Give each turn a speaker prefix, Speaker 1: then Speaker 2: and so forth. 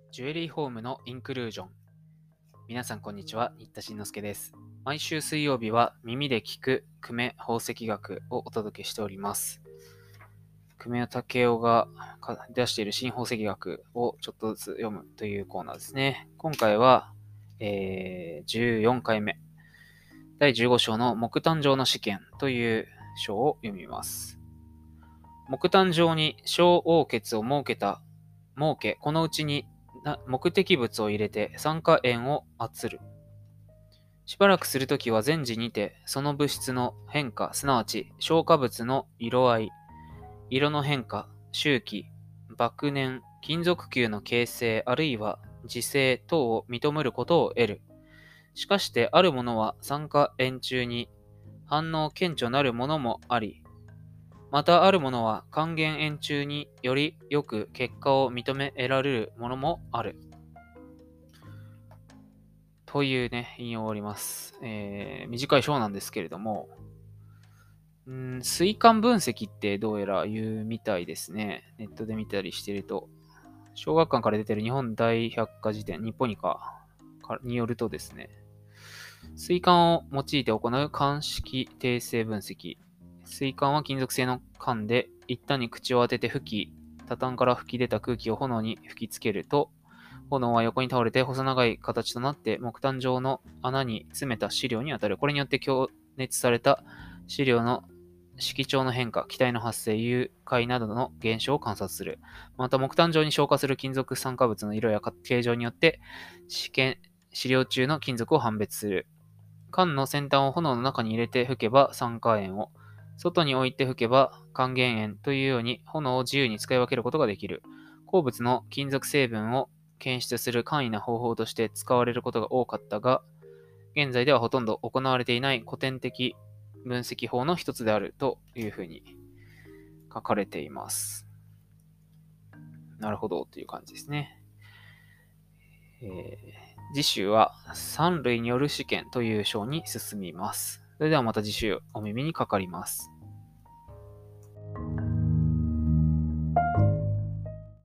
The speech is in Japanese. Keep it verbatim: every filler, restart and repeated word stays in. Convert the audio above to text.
Speaker 1: ジュエリーホームのインクルージョン。皆さんこんにちは、新田慎之介です。毎週水曜日は耳で聞く久米宝石学をお届けしております。久米武雄が出している新宝石学をちょっとずつ読むというコーナーですね。今回は、えー、じゅうよんかいめ、だいじゅうご章の木炭上の試験という章を読みます。木炭上に小王穴を設けた、設け、このうちに目的物を入れて酸化塩を圧る。しばらくするときは全時にて、その物質の変化、すなわち消化物の色合い、色の変化、周期、爆燃、金属球の形成、あるいは磁性等を認めることを得る。しかしてあるものは酸化塩中に反応顕著なるものもあり、またあるものは還元塩中によりよく結果を認め得られるものもある。というね、引用をおります。えー、短い章なんですけれども、んー水管分析ってどうやら言うみたいですね。ネットで見たりしてると。小学館から出てる日本大百科事典、日本にか、によるとですね、水管を用いて行う鑑識定性分析。水管は金属製の管で、一旦に口を当てて吹き、タタンから吹き出た空気を炎に吹きつけると、炎は横に倒れて細長い形となって木炭状の穴に詰めた資料に当たる。これによって強熱された資料の色調の変化、気体の発生、融解などの現象を観察する。また木炭状に消化する金属酸化物の色や形状によって試験資料中の金属を判別する。缶の先端を炎の中に入れて吹けば酸化塩を、外に置いて吹けば還元塩というように炎を自由に使い分けることができる。鉱物の金属成分を検出する簡易な方法として使われることが多かったが、現在ではほとんど行われていない古典的分析法の一つであるというふうに書かれています。なるほどという感じですね。えー、次週は三類による試験という章に進みます。それではまた次週お耳にかかります。